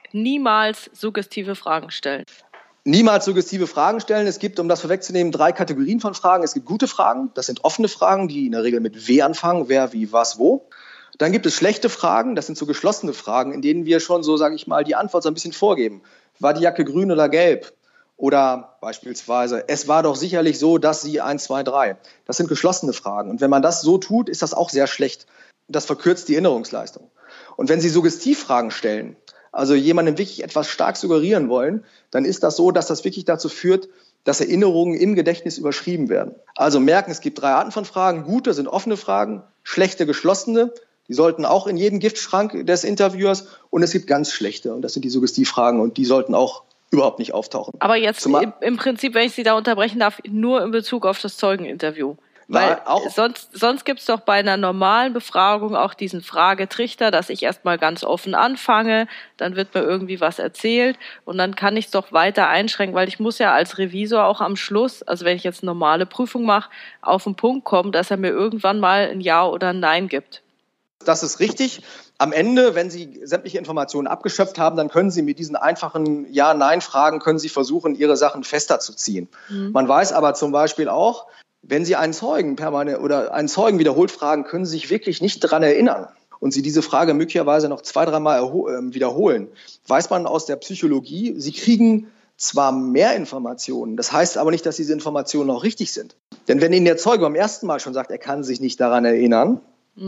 niemals suggestive Fragen stellen? Niemals suggestive Fragen stellen. Es gibt, um das vorwegzunehmen, 3 Kategorien von Fragen. Es gibt gute Fragen, das sind offene Fragen, die in der Regel mit W anfangen, wer, wie, was, wo. Dann gibt es schlechte Fragen, das sind so geschlossene Fragen, in denen wir schon so, sage ich mal, die Antwort so ein bisschen vorgeben. War die Jacke grün oder gelb? Oder beispielsweise, es war doch sicherlich so, dass Sie 1, 2, 3. Das sind geschlossene Fragen. Und wenn man das so tut, ist das auch sehr schlecht. Das verkürzt die Erinnerungsleistung. Und wenn Sie Suggestivfragen stellen, also jemandem wirklich etwas stark suggerieren wollen, dann ist das so, dass das wirklich dazu führt, dass Erinnerungen im Gedächtnis überschrieben werden. Also merken, es gibt 3 Arten von Fragen. Gute sind offene Fragen, schlechte geschlossene. Die sollten auch in jedem Giftschrank des Interviewers. Und es gibt ganz schlechte. Und das sind die Suggestivfragen. Und die sollten auch überhaupt nicht auftauchen. Aber jetzt im Prinzip, wenn ich Sie da unterbrechen darf, nur in Bezug auf das Zeugeninterview. Weil sonst gibt es doch bei einer normalen Befragung auch diesen Fragetrichter, dass ich erstmal ganz offen anfange, dann wird mir irgendwie was erzählt und dann kann ich es doch weiter einschränken, weil ich muss ja als Revisor auch am Schluss, also wenn ich jetzt eine normale Prüfung mache, auf den Punkt kommen, dass er mir irgendwann mal ein Ja oder ein Nein gibt. Das ist richtig. Am Ende, wenn Sie sämtliche Informationen abgeschöpft haben, dann können Sie mit diesen einfachen Ja-Nein-Fragen können Sie versuchen, Ihre Sachen fester zu ziehen. Man weiß aber zum Beispiel auch, wenn Sie einen Zeugen permanent oder einen Zeugen wiederholt fragen, können Sie sich wirklich nicht daran erinnern und Sie diese Frage möglicherweise noch 2, 3 Mal wiederholen, weiß man aus der Psychologie, Sie kriegen zwar mehr Informationen, das heißt aber nicht, dass diese Informationen auch richtig sind. Denn wenn Ihnen der Zeuge beim ersten Mal schon sagt, er kann sich nicht daran erinnern,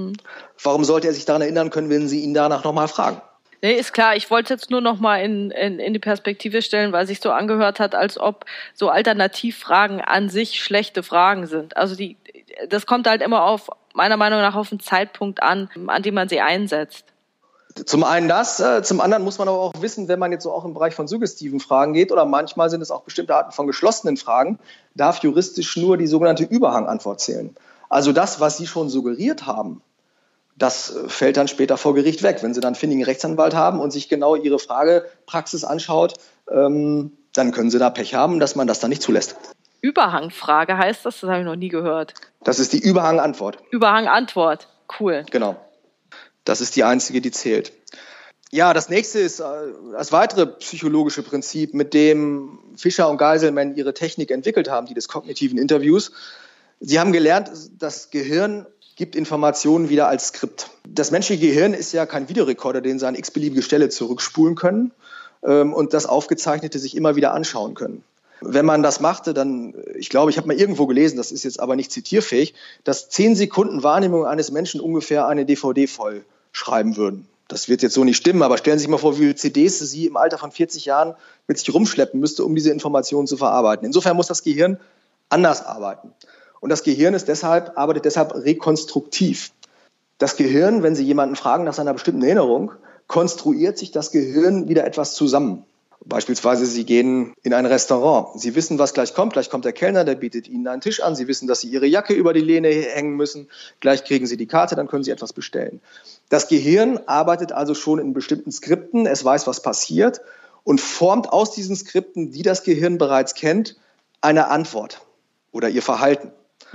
warum sollte er sich daran erinnern können, wenn Sie ihn danach nochmal fragen? Nee, ist klar. Ich wollte es jetzt nur noch mal in die Perspektive stellen, weil sich so angehört hat, als ob so Alternativfragen an sich schlechte Fragen sind. Also das kommt halt immer meiner Meinung nach auf den Zeitpunkt an dem man sie einsetzt. Zum einen das, zum anderen muss man aber auch wissen, wenn man jetzt so auch im Bereich von suggestiven Fragen geht oder manchmal sind es auch bestimmte Arten von geschlossenen Fragen, darf juristisch nur die sogenannte Überhangantwort zählen. Also das, was Sie schon suggeriert haben, das fällt dann später vor Gericht weg. Wenn Sie dann einen findigen Rechtsanwalt haben und sich genau Ihre Fragepraxis anschaut, dann können Sie da Pech haben, dass man das dann nicht zulässt. Überhangfrage heißt das? Das habe ich noch nie gehört. Das ist die Überhangantwort. Überhangantwort, cool. Genau. Das ist die einzige, die zählt. Ja, das nächste ist das weitere psychologische Prinzip, mit dem Fischer und Geiselman ihre Technik entwickelt haben, die des kognitiven Interviews. Sie haben gelernt, das Gehirn gibt Informationen wieder als Skript. Das menschliche Gehirn ist ja kein Videorekorder, den Sie an x-beliebige Stelle zurückspulen können und das Aufgezeichnete sich immer wieder anschauen können. Wenn man das machte, dann, ich glaube, ich habe mal irgendwo gelesen, das ist jetzt aber nicht zitierfähig, dass 10 Sekunden Wahrnehmung eines Menschen ungefähr eine DVD voll schreiben würden. Das wird jetzt so nicht stimmen, aber stellen Sie sich mal vor, wie viele CDs Sie im Alter von 40 Jahren mit sich rumschleppen müsste, um diese Informationen zu verarbeiten. Insofern muss das Gehirn anders arbeiten. Und das Gehirn arbeitet deshalb rekonstruktiv. Das Gehirn, wenn Sie jemanden fragen nach seiner bestimmten Erinnerung, konstruiert sich das Gehirn wieder etwas zusammen. Beispielsweise, Sie gehen in ein Restaurant. Sie wissen, was gleich kommt. Gleich kommt der Kellner, der bietet Ihnen einen Tisch an. Sie wissen, dass Sie Ihre Jacke über die Lehne hängen müssen. Gleich kriegen Sie die Karte, dann können Sie etwas bestellen. Das Gehirn arbeitet also schon in bestimmten Skripten. Es weiß, was passiert und formt aus diesen Skripten, die das Gehirn bereits kennt, eine Antwort oder Ihr Verhalten.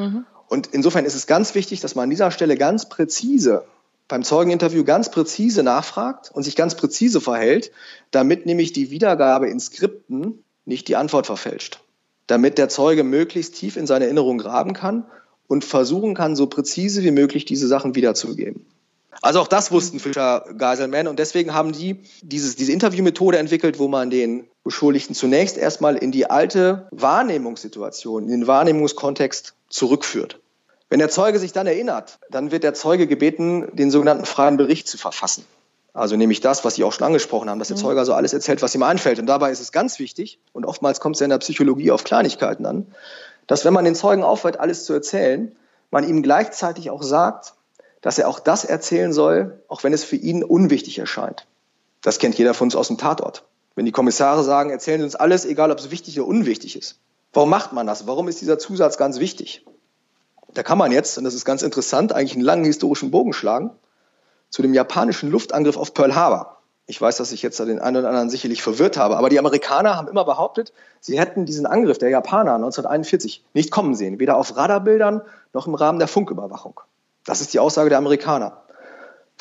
Und insofern ist es ganz wichtig, dass man an dieser Stelle ganz präzise beim Zeugeninterview ganz präzise nachfragt und sich ganz präzise verhält, damit nämlich die Wiedergabe in Skripten nicht die Antwort verfälscht. Damit der Zeuge möglichst tief in seine Erinnerung graben kann und versuchen kann, so präzise wie möglich diese Sachen wiederzugeben. Also auch das wussten Fischer, Geiselman und deswegen haben die diese Interviewmethode entwickelt, wo man den Beschuldigten zunächst erstmal in die alte Wahrnehmungssituation, in den Wahrnehmungskontext zurückführt. Wenn der Zeuge sich dann erinnert, dann wird der Zeuge gebeten, den sogenannten freien Bericht zu verfassen. Also nämlich das, was Sie auch schon angesprochen haben, dass der Zeuge also alles erzählt, was ihm einfällt. Und dabei ist es ganz wichtig, und oftmals kommt es ja in der Psychologie auf Kleinigkeiten an, dass wenn man den Zeugen aufhört, alles zu erzählen, man ihm gleichzeitig auch sagt, dass er auch das erzählen soll, auch wenn es für ihn unwichtig erscheint. Das kennt jeder von uns aus dem Tatort. Wenn die Kommissare sagen, erzählen Sie uns alles, egal ob es wichtig oder unwichtig ist. Warum macht man das? Warum ist dieser Zusatz ganz wichtig? Da kann man jetzt, und das ist ganz interessant, eigentlich einen langen historischen Bogen schlagen zu dem japanischen Luftangriff auf Pearl Harbor. Ich weiß, dass ich jetzt den einen oder anderen sicherlich verwirrt habe, aber die Amerikaner haben immer behauptet, sie hätten diesen Angriff der Japaner 1941 nicht kommen sehen, weder auf Radarbildern noch im Rahmen der Funküberwachung. Das ist die Aussage der Amerikaner.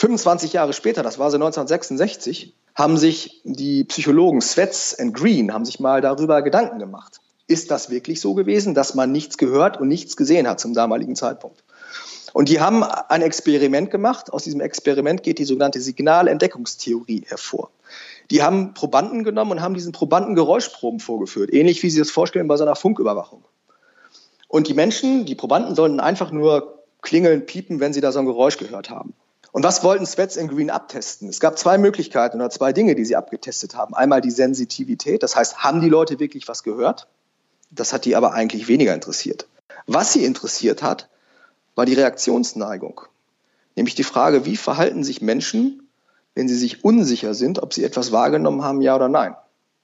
25 Jahre später, das war so 1966, haben sich die Psychologen Svetz und Green haben sich mal darüber Gedanken gemacht. Ist das wirklich so gewesen, dass man nichts gehört und nichts gesehen hat zum damaligen Zeitpunkt? Und die haben ein Experiment gemacht. Aus diesem Experiment geht die sogenannte Signalentdeckungstheorie hervor. Die haben Probanden genommen und haben diesen Probanden Geräuschproben vorgeführt, ähnlich wie sie das vorstellen bei so einer Funküberwachung. Und die Menschen, die Probanden, sollten einfach nur klingeln, piepen, wenn sie da so ein Geräusch gehört haben. Und was wollten Svetz und Green abtesten? Es gab zwei Möglichkeiten oder zwei Dinge, die sie abgetestet haben. Einmal die Sensitivität, das heißt, haben die Leute wirklich was gehört? Das hat die aber eigentlich weniger interessiert. Was sie interessiert hat, war die Reaktionsneigung. Nämlich die Frage, wie verhalten sich Menschen, wenn sie sich unsicher sind, ob sie etwas wahrgenommen haben, ja oder nein.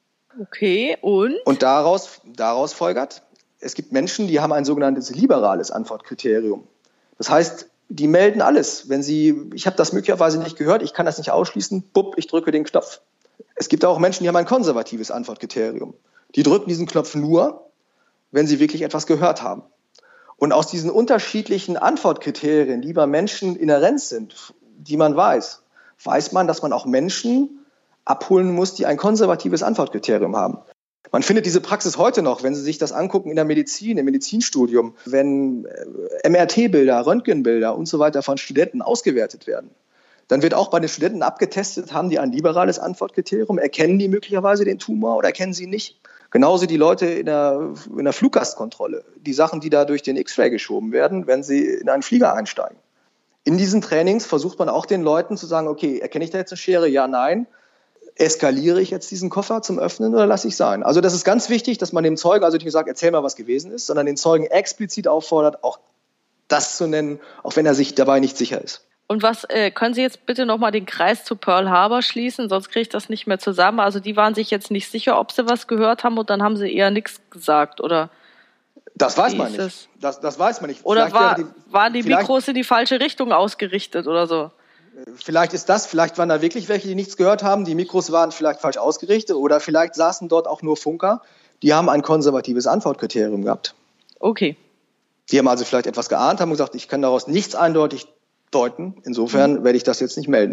Okay, und? Und daraus folgert, es gibt Menschen, die haben ein sogenanntes liberales Antwortkriterium. Das heißt, die melden alles. Wenn ich habe das möglicherweise nicht gehört, ich kann das nicht ausschließen, ich drücke den Knopf. Es gibt auch Menschen, die haben ein konservatives Antwortkriterium. Die drücken diesen Knopf nur, wenn sie wirklich etwas gehört haben. Und aus diesen unterschiedlichen Antwortkriterien, die bei Menschen inhärent sind, die man weiß man, dass man auch Menschen abholen muss, die ein konservatives Antwortkriterium haben. Man findet diese Praxis heute noch, wenn Sie sich das angucken in der Medizin, im Medizinstudium, wenn MRT-Bilder, Röntgenbilder und so weiter von Studenten ausgewertet werden. Dann wird auch bei den Studenten abgetestet, haben die ein liberales Antwortkriterium, erkennen die möglicherweise den Tumor oder erkennen sie ihn nicht. Genauso die Leute in der Fluggastkontrolle, die Sachen, die da durch den X-Ray geschoben werden, wenn sie in einen Flieger einsteigen. In diesen Trainings versucht man auch den Leuten zu sagen, okay, erkenne ich da jetzt eine Schere? Ja, nein. Eskaliere ich jetzt diesen Koffer zum Öffnen oder lasse ich sein? Also das ist ganz wichtig, dass man dem Zeugen also nicht sagt, erzähl mal, was gewesen ist, sondern den Zeugen explizit auffordert, auch das zu nennen, auch wenn er sich dabei nicht sicher ist. Und was können Sie jetzt bitte nochmal den Kreis zu Pearl Harbor schließen? Sonst kriege ich das nicht mehr zusammen. Also die waren sich jetzt nicht sicher, ob sie was gehört haben und dann haben sie eher nichts gesagt, oder? Das weiß man nicht. Das weiß man nicht. Oder waren die Mikros in die falsche Richtung ausgerichtet oder so? Vielleicht waren da wirklich welche, die nichts gehört haben. Die Mikros waren vielleicht falsch ausgerichtet oder vielleicht saßen dort auch nur Funker. Die haben ein konservatives Antwortkriterium gehabt. Okay. Die haben also vielleicht etwas geahnt, haben gesagt, ich kann daraus nichts eindeutig deuten. Insofern werde ich das jetzt nicht melden.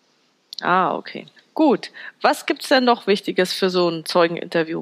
Ah, okay. Gut. Was gibt es denn noch Wichtiges für so ein Zeugeninterview?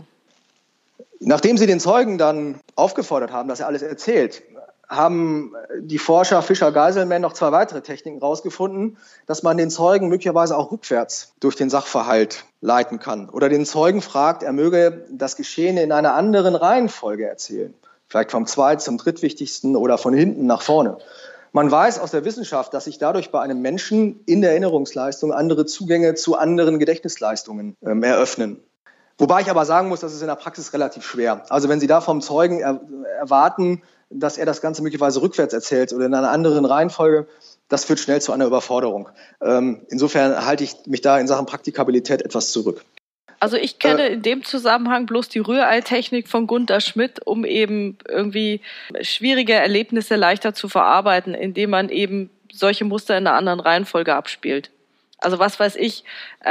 Nachdem sie den Zeugen dann aufgefordert haben, dass er alles erzählt, haben die Forscher Fischer-Geiselman noch zwei weitere Techniken rausgefunden, dass man den Zeugen möglicherweise auch rückwärts durch den Sachverhalt leiten kann. Oder den Zeugen fragt, er möge das Geschehene in einer anderen Reihenfolge erzählen. Vielleicht vom zweit- zum drittwichtigsten oder von hinten nach vorne. Man weiß aus der Wissenschaft, dass sich dadurch bei einem Menschen in der Erinnerungsleistung andere Zugänge zu anderen Gedächtnisleistungen eröffnen. Wobei ich aber sagen muss, das ist in der Praxis relativ schwer. Also wenn Sie da vom Zeugen erwarten, dass er das Ganze möglicherweise rückwärts erzählt oder in einer anderen Reihenfolge, das führt schnell zu einer Überforderung. Insofern halte ich mich da in Sachen Praktikabilität etwas zurück. Also ich kenne in dem Zusammenhang bloß die Rührei-Technik von Gunter Schmidt, um eben irgendwie schwierige Erlebnisse leichter zu verarbeiten, indem man eben solche Muster in einer anderen Reihenfolge abspielt. Also was weiß ich,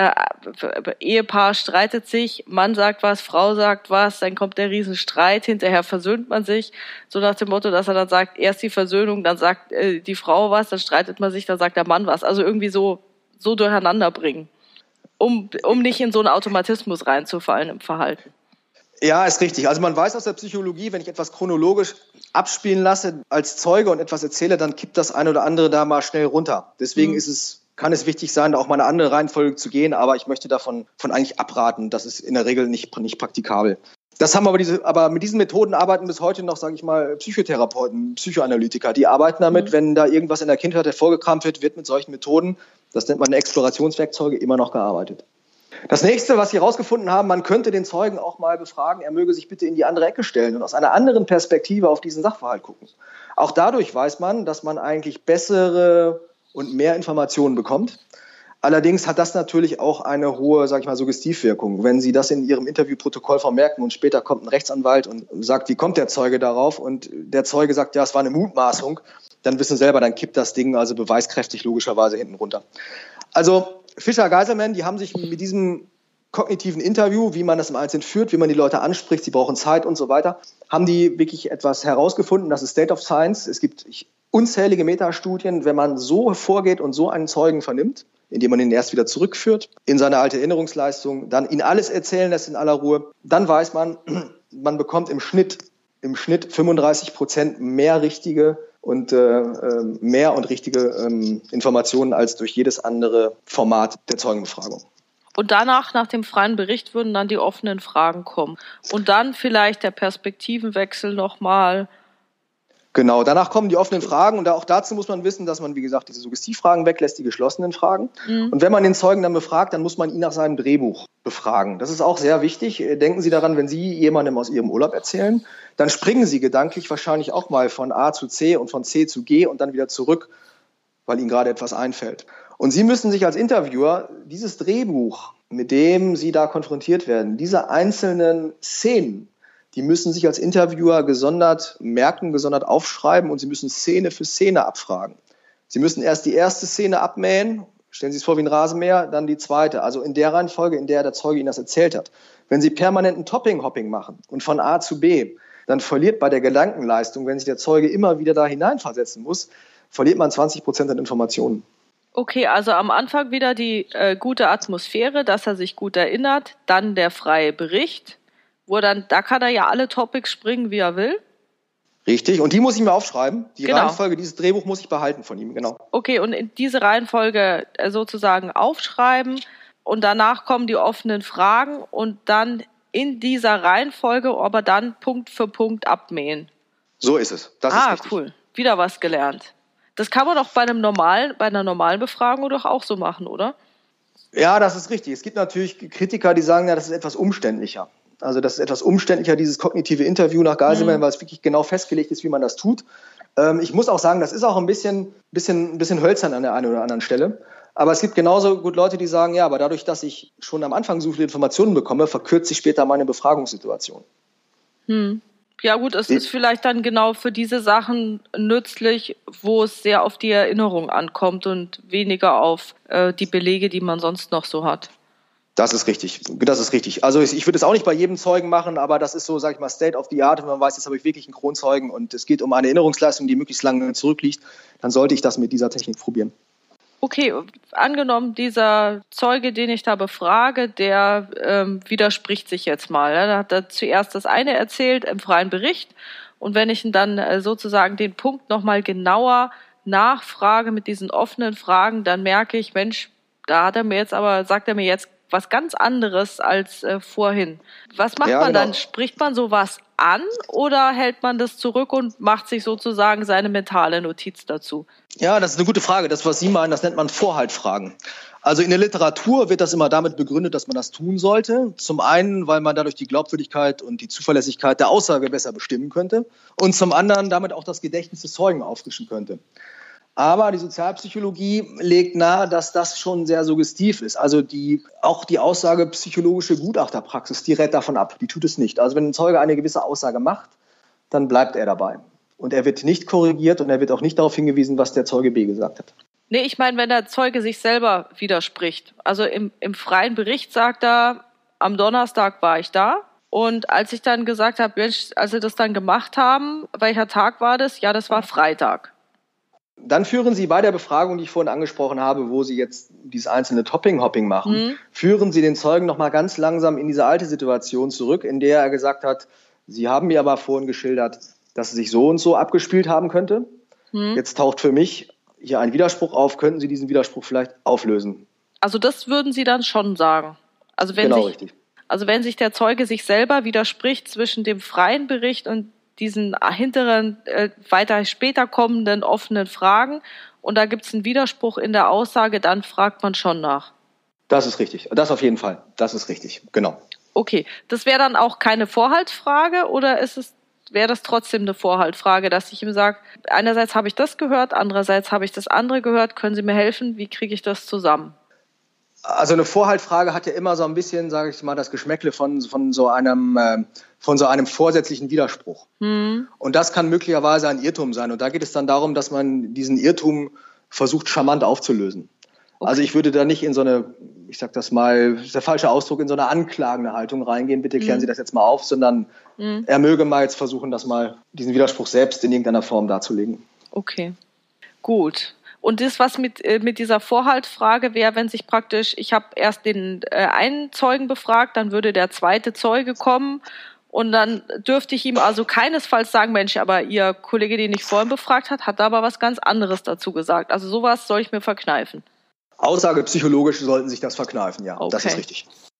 Ehepaar streitet sich, Mann sagt was, Frau sagt was, dann kommt der Riesenstreit, hinterher versöhnt man sich, so nach dem Motto, dass er dann sagt, erst die Versöhnung, dann sagt die Frau was, dann streitet man sich, dann sagt der Mann was. Also irgendwie so durcheinander bringen, um nicht in so einen Automatismus reinzufallen im Verhalten. Ja, ist richtig. Also man weiß aus der Psychologie, wenn ich etwas chronologisch abspielen lasse als Zeuge und etwas erzähle, dann kippt das eine oder andere da mal schnell runter. Deswegen kann es wichtig sein, da auch mal eine andere Reihenfolge zu gehen, aber ich möchte davon eigentlich abraten. Das ist in der Regel nicht praktikabel. Das haben aber mit diesen Methoden arbeiten bis heute noch, sage ich mal, Psychotherapeuten, Psychoanalytiker. Die arbeiten damit, wenn da irgendwas in der Kindheit hervorgekramt wird mit solchen Methoden, das nennt man Explorationswerkzeuge, immer noch gearbeitet. Das nächste, was Sie herausgefunden haben, man könnte den Zeugen auch mal befragen, er möge sich bitte in die andere Ecke stellen und aus einer anderen Perspektive auf diesen Sachverhalt gucken. Auch dadurch weiß man, dass man eigentlich bessere und mehr Informationen bekommt. Allerdings hat das natürlich auch eine hohe, sage ich mal, Suggestivwirkung. Wenn Sie das in Ihrem Interviewprotokoll vermerken und später kommt ein Rechtsanwalt und sagt, wie kommt der Zeuge darauf? Und der Zeuge sagt, ja, es war eine Mutmaßung, dann wissen Sie selber, dann kippt das Ding also beweiskräftig logischerweise hinten runter. Also Fischer-Geiselman, die haben sich mit diesem kognitiven Interview, wie man das im Einzelnen führt, wie man die Leute anspricht, sie brauchen Zeit und so weiter, haben die wirklich etwas herausgefunden, das ist State of Science. Es gibt unzählige Metastudien, wenn man so vorgeht und so einen Zeugen vernimmt, indem man ihn erst wieder zurückführt in seine alte Erinnerungsleistung, dann ihn alles erzählen lässt in aller Ruhe, dann weiß man, man bekommt im Schnitt 35% mehr richtige und mehr und richtige Informationen als durch jedes andere Format der Zeugenbefragung. Und danach, nach dem freien Bericht, würden dann die offenen Fragen kommen. Und dann vielleicht der Perspektivenwechsel nochmal. Genau, danach kommen die offenen Fragen und auch dazu muss man wissen, dass man, wie gesagt, diese Suggestivfragen weglässt, die geschlossenen Fragen. Und wenn man den Zeugen dann befragt, dann muss man ihn nach seinem Drehbuch befragen. Das ist auch sehr wichtig. Denken Sie daran, wenn Sie jemandem aus Ihrem Urlaub erzählen, dann springen Sie gedanklich wahrscheinlich auch mal von A zu C und von C zu G und dann wieder zurück, weil Ihnen gerade etwas einfällt. Und Sie müssen sich als Interviewer dieses Drehbuch, mit dem Sie da konfrontiert werden, diese einzelnen Szenen, die müssen sich als Interviewer gesondert merken, gesondert aufschreiben und Sie müssen Szene für Szene abfragen. Sie müssen erst die erste Szene abmähen, stellen Sie es vor wie ein Rasenmäher, dann die zweite, also in der Reihenfolge, in der der Zeuge Ihnen das erzählt hat. Wenn Sie permanenten Topping-Hopping machen und von A zu B, dann verliert bei der Gedankenleistung, wenn sich der Zeuge immer wieder da hineinversetzen muss, verliert man 20% an Informationen. Okay, also am Anfang wieder die gute Atmosphäre, dass er sich gut erinnert, dann der freie Bericht, wo dann, da kann er ja alle Topics springen, wie er will. Richtig, und die muss ich mir aufschreiben. Die Genau. Reihenfolge, dieses Drehbuch muss ich behalten von ihm, genau. Okay, und in diese Reihenfolge sozusagen aufschreiben und danach kommen die offenen Fragen und dann in dieser Reihenfolge aber dann Punkt für Punkt abmähen. So ist es. Das ist richtig. Cool. Wieder was gelernt. Das kann man doch bei einer normalen Befragung doch auch so machen, oder? Ja, das ist richtig. Es gibt natürlich Kritiker, die sagen, ja, das ist etwas umständlicher. Also das ist etwas umständlicher, dieses kognitive Interview nach Geiselman, weil es wirklich genau festgelegt ist, wie man das tut. Ich muss auch sagen, das ist auch ein bisschen hölzern an der einen oder anderen Stelle. Aber es gibt genauso gut Leute, die sagen, ja, aber dadurch, dass ich schon am Anfang so viele Informationen bekomme, verkürzt sich später meine Befragungssituation. Ja gut, es ist vielleicht dann genau für diese Sachen nützlich, wo es sehr auf die Erinnerung ankommt und weniger auf die Belege, die man sonst noch so hat. Das ist richtig. Das ist richtig. Also ich würde es auch nicht bei jedem Zeugen machen, aber das ist so, sag ich mal, State of the Art. Wenn man weiß, jetzt habe ich wirklich einen Kronzeugen und es geht um eine Erinnerungsleistung, die möglichst lange zurückliegt, dann sollte ich das mit dieser Technik probieren. Okay, angenommen, dieser Zeuge, den ich da befrage, der widerspricht sich jetzt mal. Da hat er zuerst das eine erzählt im freien Bericht und wenn ich ihn dann sozusagen den Punkt nochmal genauer nachfrage mit diesen offenen Fragen, dann merke ich, Mensch, da sagt er mir jetzt was ganz anderes als vorhin. Was macht man dann? Spricht man sowas an oder hält man das zurück und macht sich sozusagen seine mentale Notiz dazu? Ja, das ist eine gute Frage. Das, was Sie meinen, das nennt man Vorhaltfragen. Also in der Literatur wird das immer damit begründet, dass man das tun sollte. Zum einen, weil man dadurch die Glaubwürdigkeit und die Zuverlässigkeit der Aussage besser bestimmen könnte. Und zum anderen damit auch das Gedächtnis des Zeugen auffrischen könnte. Aber die Sozialpsychologie legt nahe, dass das schon sehr suggestiv ist. Also auch die Aussage psychologische Gutachterpraxis, die rät davon ab. Die tut es nicht. Also wenn ein Zeuge eine gewisse Aussage macht, dann bleibt er dabei. Und er wird nicht korrigiert und er wird auch nicht darauf hingewiesen, was der Zeuge B gesagt hat. Nee, ich meine, wenn der Zeuge sich selber widerspricht. Also im freien Bericht sagt er, am Donnerstag war ich da. Und als ich dann gesagt habe, Mensch, als wir das dann gemacht haben, welcher Tag war das? Ja, das war Freitag. Dann führen Sie bei der Befragung, die ich vorhin angesprochen habe, wo Sie jetzt dieses einzelne Topping-Hopping machen, führen Sie den Zeugen noch mal ganz langsam in diese alte Situation zurück, in der er gesagt hat, Sie haben mir aber vorhin geschildert, dass es sich so und so abgespielt haben könnte. Jetzt taucht für mich hier ein Widerspruch auf. Könnten Sie diesen Widerspruch vielleicht auflösen? Also das würden Sie dann schon sagen. Also richtig. Also wenn sich der Zeuge sich selber widerspricht zwischen dem freien Bericht und diesen hinteren, weiter später kommenden offenen Fragen und da gibt es einen Widerspruch in der Aussage, dann fragt man schon nach. Das ist richtig. Das auf jeden Fall. Das ist richtig. Genau. Okay. Das wäre dann auch keine Vorhaltsfrage oder wäre das trotzdem eine Vorhaltfrage, dass ich ihm sage, einerseits habe ich das gehört, andererseits habe ich das andere gehört, können Sie mir helfen, wie kriege ich das zusammen? Also eine Vorhaltfrage hat ja immer so ein bisschen, sage ich mal, das Geschmäckle von so einem vorsätzlichen Widerspruch. Und das kann möglicherweise ein Irrtum sein. Und da geht es dann darum, dass man diesen Irrtum versucht, charmant aufzulösen. Okay. Also ich würde da nicht in so eine, ich sag das mal, ist der falsche Ausdruck, in so eine anklagende Haltung reingehen. Bitte klären Sie das jetzt mal auf, sondern er möge mal jetzt versuchen, diesen Widerspruch selbst in irgendeiner Form darzulegen. Okay, gut. Und das, was mit dieser Vorhaltfrage wäre, wenn sich praktisch, ich habe erst den einen Zeugen befragt, dann würde der zweite Zeuge kommen und dann dürfte ich ihm also keinesfalls sagen, Mensch, aber Ihr Kollege, den ich vorhin befragt hat da aber was ganz anderes dazu gesagt. Also sowas soll ich mir verkneifen. Aussagepsychologisch sollten sich das verkneifen, ja, Okay. Das ist richtig.